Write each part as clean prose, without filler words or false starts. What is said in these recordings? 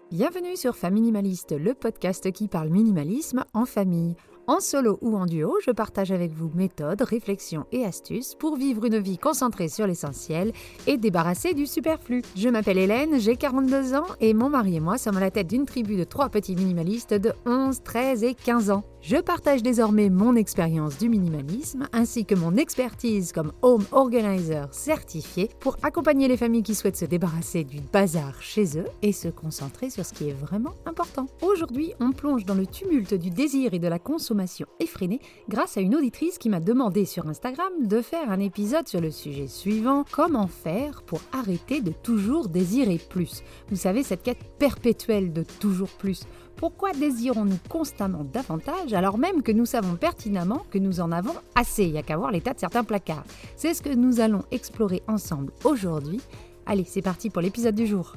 Bienvenue sur Faminimaliste, le podcast qui parle minimalisme en famille. En solo ou en duo, je partage avec vous méthodes, réflexions et astuces pour vivre une vie concentrée sur l'essentiel et débarrassée du superflu. Je m'appelle Hélène, j'ai 42 ans et mon mari et moi sommes à la tête d'une tribu de 3 petits minimalistes de 11, 13 et 15 ans. Je partage désormais mon expérience du minimalisme ainsi que mon expertise comme home organizer certifié pour accompagner les familles qui souhaitent se débarrasser du bazar chez eux et se concentrer sur ce qui est vraiment important. Aujourd'hui, on plonge dans le tumulte du désir et de la consommation effrénée grâce à une auditrice qui m'a demandé sur Instagram de faire un épisode sur le sujet suivant: comment faire pour arrêter de toujours désirer plus. Vous savez, cette quête perpétuelle de toujours plus. Pourquoi désirons-nous constamment davantage alors même que nous savons pertinemment que nous en avons assez? Il n'y a qu'à voir l'état de certains placards. C'est ce que nous allons explorer ensemble aujourd'hui. Allez, c'est parti pour l'épisode du jour.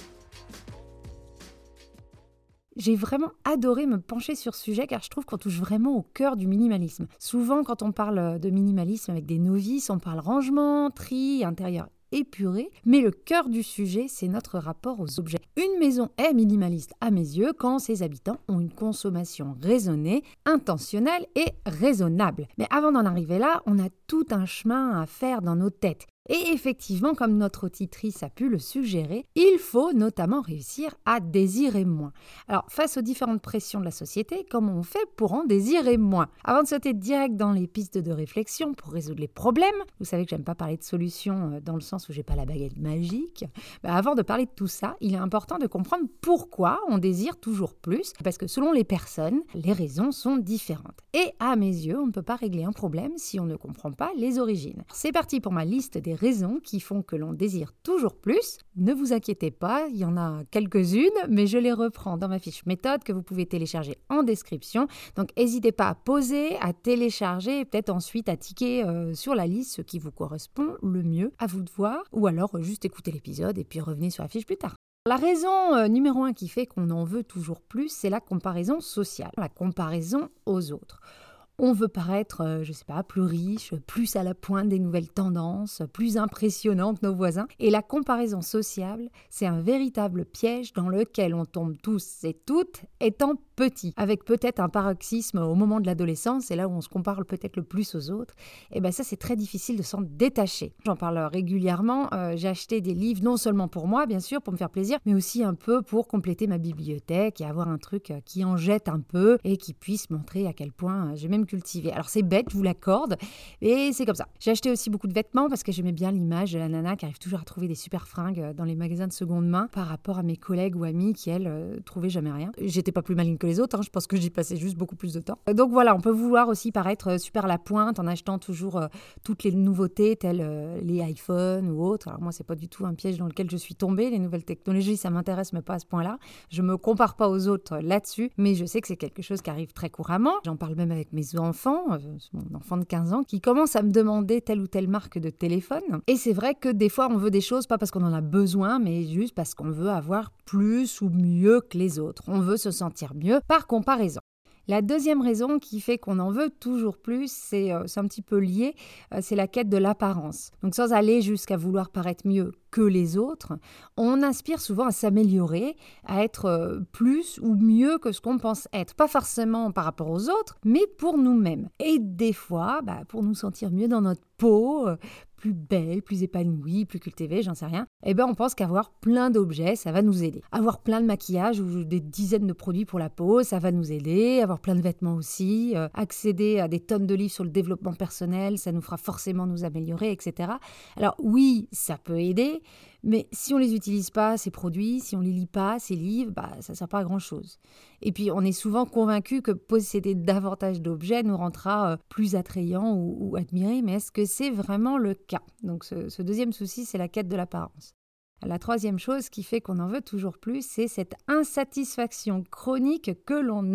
J'ai vraiment adoré me pencher sur ce sujet car je trouve qu'on touche vraiment au cœur du minimalisme. Souvent, quand on parle de minimalisme avec des novices, on parle rangement, tri, intérieur épuré, mais le cœur du sujet, c'est notre rapport aux objets. Une maison est minimaliste à mes yeux quand ses habitants ont une consommation raisonnée, intentionnelle et raisonnable. Mais avant d'en arriver là, on a tout un chemin à faire dans nos têtes. Et effectivement, comme notre auditrice a pu le suggérer, il faut notamment réussir à désirer moins. Alors, face aux différentes pressions de la société, comment on fait pour en désirer moins? Avant de sauter direct dans les pistes de réflexion pour résoudre les problèmes, vous savez que j'aime pas parler de solutions dans le sens où j'ai pas la baguette magique, avant de parler de tout ça, il est important de comprendre pourquoi on désire toujours plus, parce que selon les personnes, les raisons sont différentes. Et à mes yeux, on ne peut pas régler un problème si on ne comprend pas les origines. C'est parti pour ma liste des raisons qui font que l'on désire toujours plus. Ne vous inquiétez pas, il y en a quelques-unes, mais je les reprends dans ma fiche méthode que vous pouvez télécharger en description. Donc n'hésitez pas à poser, à télécharger et peut-être ensuite à ticker sur la liste ce qui vous correspond le mieux. À vous de voir, ou alors juste écouter l'épisode et puis revenez sur la fiche plus tard. La raison numéro 1 qui fait qu'on en veut toujours plus, c'est la comparaison sociale, la comparaison aux autres. On veut paraître, plus riche, plus à la pointe des nouvelles tendances, plus impressionnant que nos voisins. Et la comparaison sociale, c'est un véritable piège dans lequel on tombe tous et toutes étant petits. Avec peut-être un paroxysme au moment de l'adolescence, c'est là où on se compare peut-être le plus aux autres. Et bien ça, c'est très difficile de s'en détacher. J'en parle régulièrement. J'ai acheté des livres non seulement pour moi, bien sûr, pour me faire plaisir, mais aussi un peu pour compléter ma bibliothèque et avoir un truc qui en jette un peu et qui puisse montrer à quel point j'ai même cultivé. Alors c'est bête, je vous l'accorde, et c'est comme ça. J'ai acheté aussi beaucoup de vêtements parce que j'aimais bien l'image de la nana qui arrive toujours à trouver des super fringues dans les magasins de seconde main par rapport à mes collègues ou amis qui, elles, trouvaient jamais rien. J'étais pas plus maligne que les autres, je pense que j'y passais juste beaucoup plus de temps. Donc voilà, on peut vouloir aussi paraître super à la pointe en achetant toujours toutes les nouveautés telles les iPhones ou autres. Alors moi, c'est pas du tout un piège dans lequel je suis tombée. Les nouvelles technologies, ça m'intéresse, mais pas à ce point-là. Je me compare pas aux autres là-dessus, mais je sais que c'est quelque chose qui arrive très couramment. J'en parle même avec mes enfants, mon enfant de 15 ans, qui commence à me demander telle ou telle marque de téléphone. Et c'est vrai que des fois, on veut des choses, pas parce qu'on en a besoin, mais juste parce qu'on veut avoir plus ou mieux que les autres. On veut se sentir mieux par comparaison. La deuxième raison qui fait qu'on en veut toujours plus, c'est un petit peu lié, c'est la quête de l'apparence. Donc sans aller jusqu'à vouloir paraître mieux que les autres, on aspire souvent à s'améliorer, à être plus ou mieux que ce qu'on pense être. Pas forcément par rapport aux autres, mais pour nous-mêmes. Et des fois, pour nous sentir mieux dans notre peau, plus belle, plus épanouie, plus cultivée, j'en sais rien, on pense qu'avoir plein d'objets, ça va nous aider. Avoir plein de maquillage ou des dizaines de produits pour la peau, ça va nous aider. Avoir plein de vêtements aussi, accéder à des tonnes de livres sur le développement personnel, ça nous fera forcément nous améliorer, etc. Alors oui, ça peut aider, mais si on les utilise pas, ces produits, si on les lit pas, ces livres, ça sert pas à grand-chose. Et puis, on est souvent convaincu que posséder davantage d'objets nous rendra plus attrayants ou admirés, mais est-ce que c'est vraiment le cas? Donc, ce deuxième souci, c'est la quête de l'apparence. La troisième chose qui fait qu'on en veut toujours plus, c'est cette insatisfaction chronique que l'on a.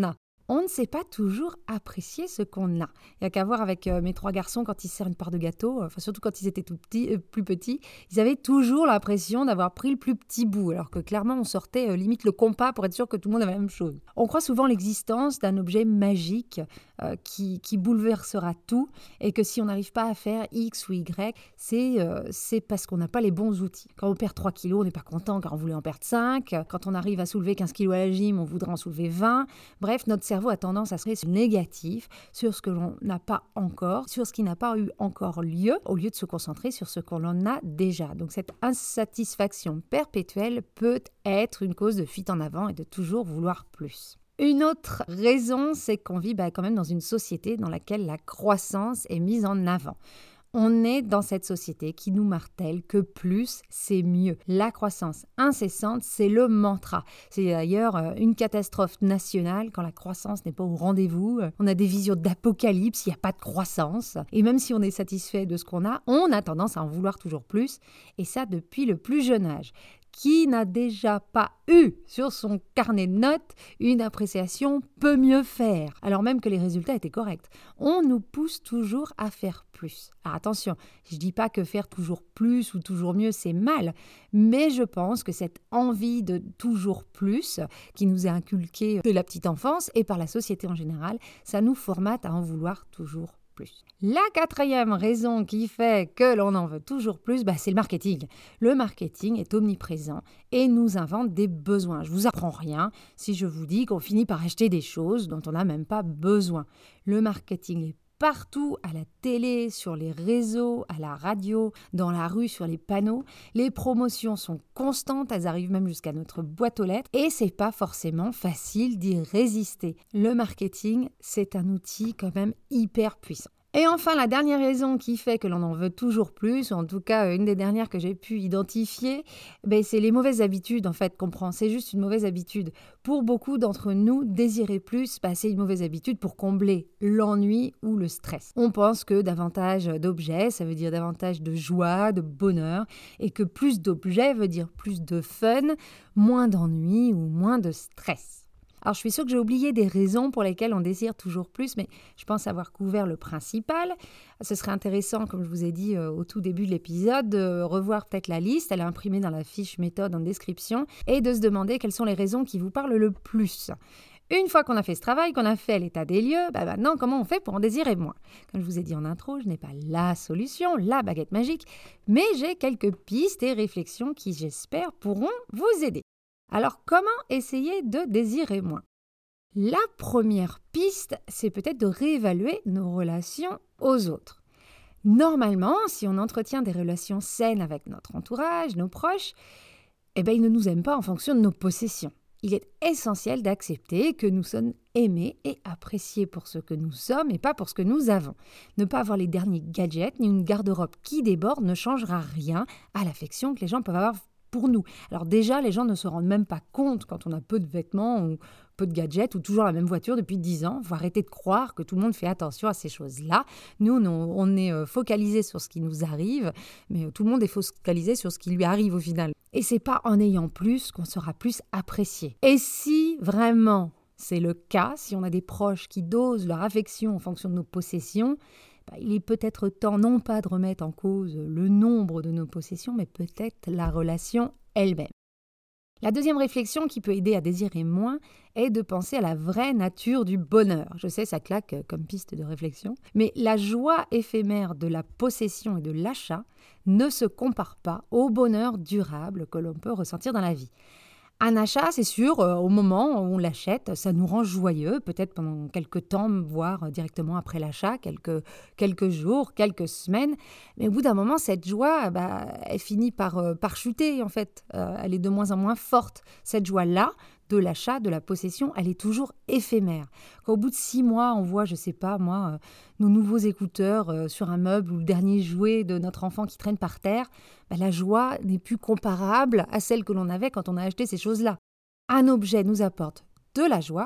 on ne sait pas toujours apprécier ce qu'on a. Il n'y a qu'à voir avec mes 3 garçons quand ils serrent une part de gâteau, surtout quand ils étaient plus petits, ils avaient toujours l'impression d'avoir pris le plus petit bout, alors que clairement on sortait limite le compas pour être sûr que tout le monde avait la même chose. On croit souvent l'existence d'un objet magique qui bouleversera tout et que si on n'arrive pas à faire X ou Y, c'est parce qu'on n'a pas les bons outils. Quand on perd 3 kilos, on n'est pas content car on voulait en perdre 5. Quand on arrive à soulever 15 kilos à la gym, on voudrait en soulever 20. Bref, notre cerveau a tendance à se rester négatif sur ce que l'on n'a pas encore, sur ce qui n'a pas eu encore lieu, au lieu de se concentrer sur ce qu'on en a déjà. Donc cette insatisfaction perpétuelle peut être une cause de fuite en avant et de toujours vouloir plus. Une autre raison, c'est qu'on vit quand même dans une société dans laquelle la croissance est mise en avant. On est dans cette société qui nous martèle que plus, c'est mieux. La croissance incessante, c'est le mantra. C'est d'ailleurs une catastrophe nationale quand la croissance n'est pas au rendez-vous. On a des visions d'apocalypse, il n'y a pas de croissance. Et même si on est satisfait de ce qu'on a, on a tendance à en vouloir toujours plus. Et ça, depuis le plus jeune âge. Qui n'a déjà pas eu sur son carnet de notes une appréciation peut mieux faire, alors même que les résultats étaient corrects. On nous pousse toujours à faire plus. Alors attention, je ne dis pas que faire toujours plus ou toujours mieux, c'est mal, mais je pense que cette envie de toujours plus, qui nous est inculquée de la petite enfance et par la société en général, ça nous formate à en vouloir toujours plus. La 4e raison qui fait que l'on en veut toujours plus, c'est le marketing. Le marketing est omniprésent et nous invente des besoins. Je vous apprends rien si je vous dis qu'on finit par acheter des choses dont on n'a même pas besoin. Le marketing est partout, à la télé, sur les réseaux, à la radio, dans la rue, sur les panneaux. Les promotions sont constantes, elles arrivent même jusqu'à notre boîte aux lettres et c'est pas forcément facile d'y résister. Le marketing, c'est un outil quand même hyper puissant. Et enfin, la dernière raison qui fait que l'on en veut toujours plus, ou en tout cas une des dernières que j'ai pu identifier, c'est les mauvaises habitudes en fait qu'on prend. C'est juste une mauvaise habitude. Pour beaucoup d'entre nous, désirer plus, c'est une mauvaise habitude pour combler l'ennui ou le stress. On pense que davantage d'objets, ça veut dire davantage de joie, de bonheur, et que plus d'objets veut dire plus de fun, moins d'ennui ou moins de stress. Alors, je suis sûre que j'ai oublié des raisons pour lesquelles on désire toujours plus, mais je pense avoir couvert le principal. Ce serait intéressant, comme je vous ai dit au tout début de l'épisode, de revoir peut-être la liste, elle est imprimée dans la fiche méthode en description, et de se demander quelles sont les raisons qui vous parlent le plus. Une fois qu'on a fait ce travail, qu'on a fait l'état des lieux, maintenant, comment on fait pour en désirer moins ? Comme je vous ai dit en intro, je n'ai pas la solution, la baguette magique, mais j'ai quelques pistes et réflexions qui, j'espère, pourront vous aider. Alors, comment essayer de désirer moins ? La première piste, c'est peut-être de réévaluer nos relations aux autres. Normalement, si on entretient des relations saines avec notre entourage, nos proches, ils ne nous aiment pas en fonction de nos possessions. Il est essentiel d'accepter que nous sommes aimés et appréciés pour ce que nous sommes et pas pour ce que nous avons. Ne pas avoir les derniers gadgets ni une garde-robe qui déborde ne changera rien à l'affection que les gens peuvent avoir pour nous. Alors déjà, les gens ne se rendent même pas compte quand on a peu de vêtements ou peu de gadgets ou toujours la même voiture depuis 10 ans. Il faut arrêter de croire que tout le monde fait attention à ces choses-là. Nous, on est focalisé sur ce qui nous arrive, mais tout le monde est focalisé sur ce qui lui arrive au final. Et c'est pas en ayant plus qu'on sera plus apprécié. Et si vraiment c'est le cas, si on a des proches qui dosent leur affection en fonction de nos possessions, il est peut-être temps non pas de remettre en cause le nombre de nos possessions, mais peut-être la relation elle-même. La deuxième réflexion qui peut aider à désirer moins est de penser à la vraie nature du bonheur. Je sais, ça claque comme piste de réflexion, mais la joie éphémère de la possession et de l'achat ne se compare pas au bonheur durable que l'on peut ressentir dans la vie. Un achat, c'est sûr, au moment où on l'achète, ça nous rend joyeux, peut-être pendant quelques temps, voire directement après l'achat, quelques jours, quelques semaines. Mais au bout d'un moment, cette joie, elle finit par chuter, en fait. Elle est de moins en moins forte. Cette joie-là, de l'achat, de la possession, elle est toujours éphémère. Quand au bout de 6 mois, on voit, je sais pas moi, nos nouveaux écouteurs sur un meuble ou le dernier jouet de notre enfant qui traîne par terre, la joie n'est plus comparable à celle que l'on avait quand on a acheté ces choses-là. Un objet nous apporte de la joie,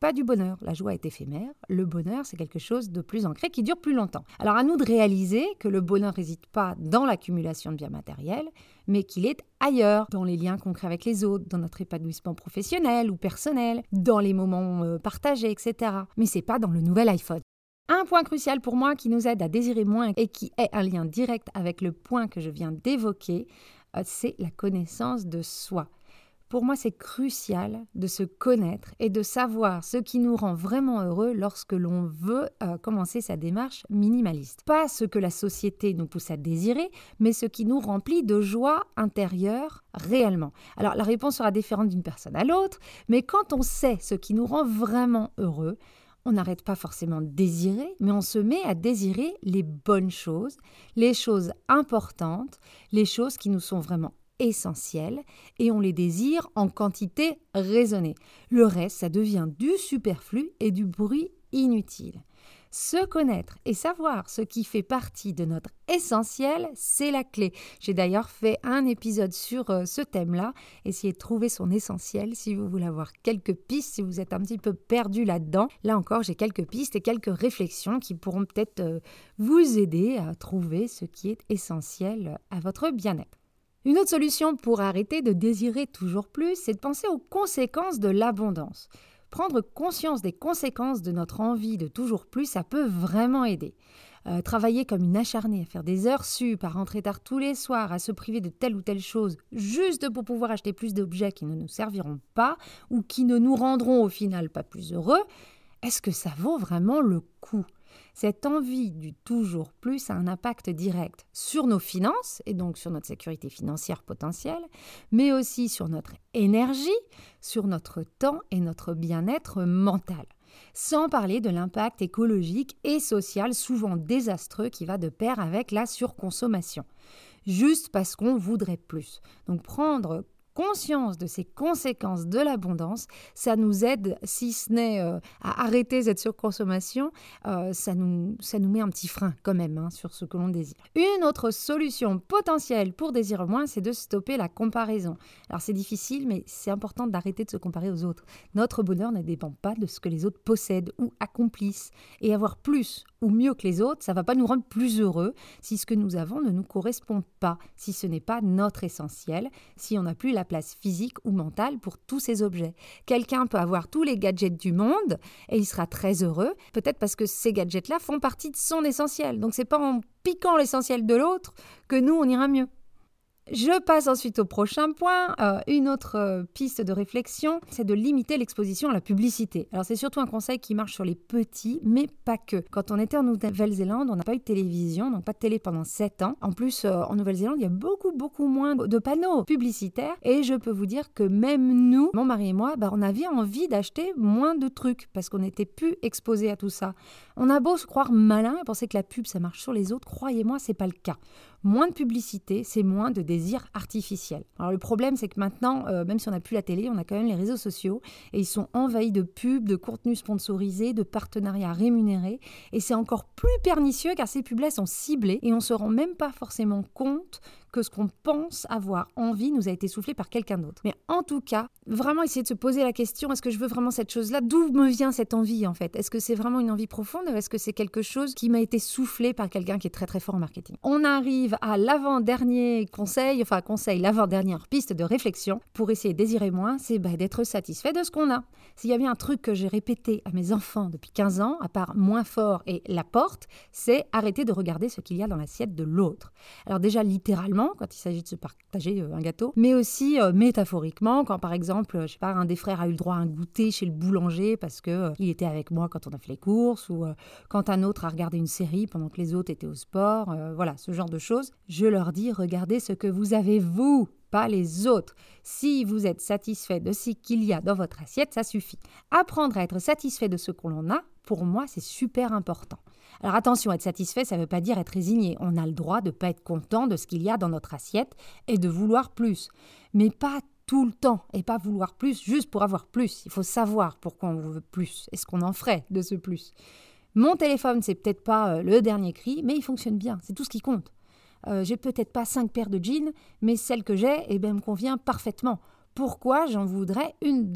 pas du bonheur. La joie est éphémère. Le bonheur, c'est quelque chose de plus ancré qui dure plus longtemps. Alors à nous de réaliser que le bonheur ne réside pas dans l'accumulation de biens matériels, mais qu'il est ailleurs, dans les liens concrets avec les autres, dans notre épanouissement professionnel ou personnel, dans les moments partagés, etc. Mais c'est pas dans le nouvel iPhone. Un point crucial pour moi qui nous aide à désirer moins et qui est un lien direct avec le point que je viens d'évoquer, c'est la connaissance de soi. Pour moi, c'est crucial de se connaître et de savoir ce qui nous rend vraiment heureux lorsque l'on veut commencer sa démarche minimaliste. Pas ce que la société nous pousse à désirer, mais ce qui nous remplit de joie intérieure réellement. Alors, la réponse sera différente d'une personne à l'autre, mais quand on sait ce qui nous rend vraiment heureux, on n'arrête pas forcément de désirer, mais on se met à désirer les bonnes choses, les choses importantes, les choses qui nous sont vraiment essentielles, et on les désire en quantité raisonnée. Le reste, ça devient du superflu et du bruit inutile. Se connaître et savoir ce qui fait partie de notre essentiel, c'est la clé. J'ai d'ailleurs fait un épisode sur ce thème-là. Essayez de trouver son essentiel si vous voulez avoir quelques pistes, si vous êtes un petit peu perdu là-dedans. Là encore, j'ai quelques pistes et quelques réflexions qui pourront peut-être vous aider à trouver ce qui est essentiel à votre bien-être. Une autre solution pour arrêter de désirer toujours plus, c'est de penser aux conséquences de l'abondance. Prendre conscience des conséquences de notre envie de toujours plus, ça peut vraiment aider. Travailler comme une acharnée, à faire des heures sup, à rentrer tard tous les soirs, à se priver de telle ou telle chose, juste pour pouvoir acheter plus d'objets qui ne nous serviront pas ou qui ne nous rendront au final pas plus heureux, est-ce que ça vaut vraiment le coup ? Cette envie du toujours plus a un impact direct sur nos finances et donc sur notre sécurité financière potentielle, mais aussi sur notre énergie, sur notre temps et notre bien-être mental. Sans parler de l'impact écologique et social souvent désastreux qui va de pair avec la surconsommation, juste parce qu'on voudrait plus. Donc prendre conscience de ces conséquences de l'abondance, ça nous aide, si ce n'est à arrêter cette surconsommation, ça nous met un petit frein quand même sur ce que l'on désire. Une autre solution potentielle pour désirer moins, c'est de stopper la comparaison. Alors c'est difficile, mais c'est important d'arrêter de se comparer aux autres. Notre bonheur ne dépend pas de ce que les autres possèdent ou accomplissent. Et avoir plus ou mieux que les autres, ça ne va pas nous rendre plus heureux si ce que nous avons ne nous correspond pas, si ce n'est pas notre essentiel, si on n'a plus la place physique ou mentale pour tous ces objets. Quelqu'un peut avoir tous les gadgets du monde et il sera très heureux, peut-être parce que ces gadgets-là font partie de son essentiel. Donc c'est pas en piquant l'essentiel de l'autre que nous, on ira mieux. Je passe ensuite au prochain point. Une autre piste de réflexion, c'est de limiter l'exposition à la publicité. Alors c'est surtout un conseil qui marche sur les petits, mais pas que. Quand on était en Nouvelle-Zélande, on n'a pas eu de télévision, donc pas de télé pendant 7 ans. En plus, en Nouvelle-Zélande, il y a beaucoup moins de panneaux publicitaires. Et je peux vous dire que même nous, mon mari et moi, on avait envie d'acheter moins de trucs parce qu'on n'était plus exposés à tout ça. On a beau se croire malin et penser que la pub, ça marche sur les autres, croyez-moi, c'est pas le cas. Moins de publicité, c'est moins de désir artificiel. Alors le problème, c'est que maintenant, même si on n'a plus la télé, on a quand même les réseaux sociaux et ils sont envahis de pubs, de contenus sponsorisés, de partenariats rémunérés. Et c'est encore plus pernicieux car ces pubs-là sont ciblées et on ne se rend même pas forcément compte que ce qu'on pense avoir envie nous a été soufflé par quelqu'un d'autre. Mais en tout cas, vraiment essayer de se poser la question, est-ce que je veux vraiment cette chose-là ? D'où me vient cette envie en fait ? Est-ce que c'est vraiment une envie profonde ou est-ce que c'est quelque chose qui m'a été soufflé par quelqu'un qui est très très fort en marketing ? On arrive à l'avant-dernier l'avant-dernière piste de réflexion pour essayer de désirer moins, c'est d'être satisfait de ce qu'on a. S'il y avait un truc que j'ai répété à mes enfants depuis 15 ans, à part moins fort et la porte, c'est arrêter de regarder ce qu'il y a dans l'assiette de l'autre. Alors déjà littéralement, quand il s'agit de se partager un gâteau, mais aussi métaphoriquement, quand par exemple, un des frères a eu le droit à un goûter chez le boulanger parce que il était avec moi quand on a fait les courses, ou quand un autre a regardé une série pendant que les autres étaient au sport, voilà, ce genre de choses. Je leur dis, regardez ce que vous avez vous, pas les autres. Si vous êtes satisfait de ce qu'il y a dans votre assiette, ça suffit. Apprendre à être satisfait de ce qu'on a, pour moi, c'est super important. Alors attention, être satisfait, ça ne veut pas dire être résigné. On a le droit de ne pas être content de ce qu'il y a dans notre assiette et de vouloir plus. Mais pas tout le temps et pas vouloir plus juste pour avoir plus. Il faut savoir pourquoi on veut plus et ce qu'on en ferait de ce plus. Mon téléphone, c'est peut-être pas le dernier cri, mais il fonctionne bien. C'est tout ce qui compte. J'ai peut-être pas 5 paires de jeans, mais celle que j'ai me convient parfaitement. Pourquoi j'en voudrais une deuxième ?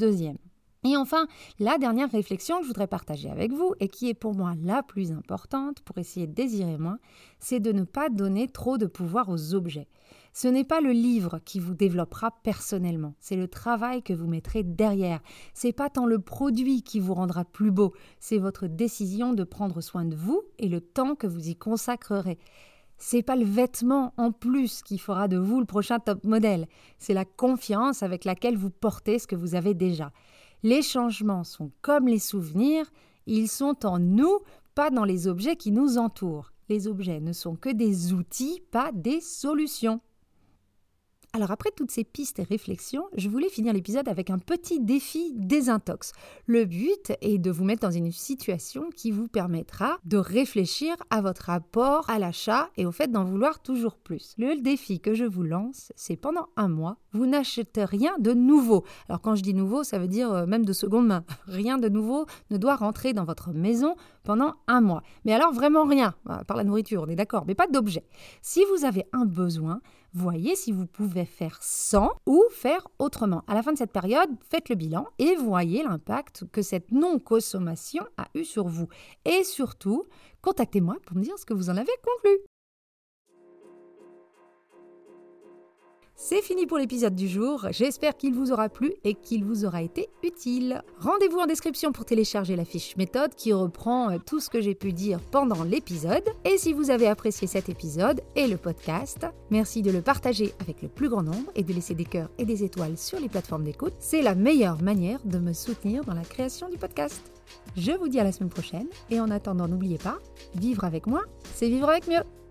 Et enfin, la dernière réflexion que je voudrais partager avec vous et qui est pour moi la plus importante pour essayer de désirer moins, c'est de ne pas donner trop de pouvoir aux objets. Ce n'est pas le livre qui vous développera personnellement, c'est le travail que vous mettrez derrière. C'est pas tant le produit qui vous rendra plus beau, c'est votre décision de prendre soin de vous et le temps que vous y consacrerez. C'est pas le vêtement en plus qui fera de vous le prochain top modèle, c'est la confiance avec laquelle vous portez ce que vous avez déjà. Les changements sont comme les souvenirs, ils sont en nous, pas dans les objets qui nous entourent. Les objets ne sont que des outils, pas des solutions. Alors après toutes ces pistes et réflexions, je voulais finir l'épisode avec un petit défi désintox. Le but est de vous mettre dans une situation qui vous permettra de réfléchir à votre rapport à l'achat et au fait d'en vouloir toujours plus. Le défi que je vous lance, c'est pendant 1 mois, vous n'achetez rien de nouveau. Alors quand je dis nouveau, ça veut dire même de seconde main. Rien de nouveau ne doit rentrer dans votre maison pendant 1 mois. Mais alors vraiment rien, par la nourriture, on est d'accord, mais pas d'objet. Si vous avez un besoin, voyez si vous pouvez faire sans ou faire autrement. À la fin de cette période, faites le bilan et voyez l'impact que cette non-consommation a eu sur vous. Et surtout, contactez-moi pour me dire ce que vous en avez conclu. C'est fini pour l'épisode du jour, j'espère qu'il vous aura plu et qu'il vous aura été utile. Rendez-vous en description pour télécharger la fiche méthode qui reprend tout ce que j'ai pu dire pendant l'épisode. Et si vous avez apprécié cet épisode et le podcast, merci de le partager avec le plus grand nombre et de laisser des cœurs et des étoiles sur les plateformes d'écoute. C'est la meilleure manière de me soutenir dans la création du podcast. Je vous dis à la semaine prochaine et en attendant, n'oubliez pas, vivre avec moi, c'est vivre avec mieux.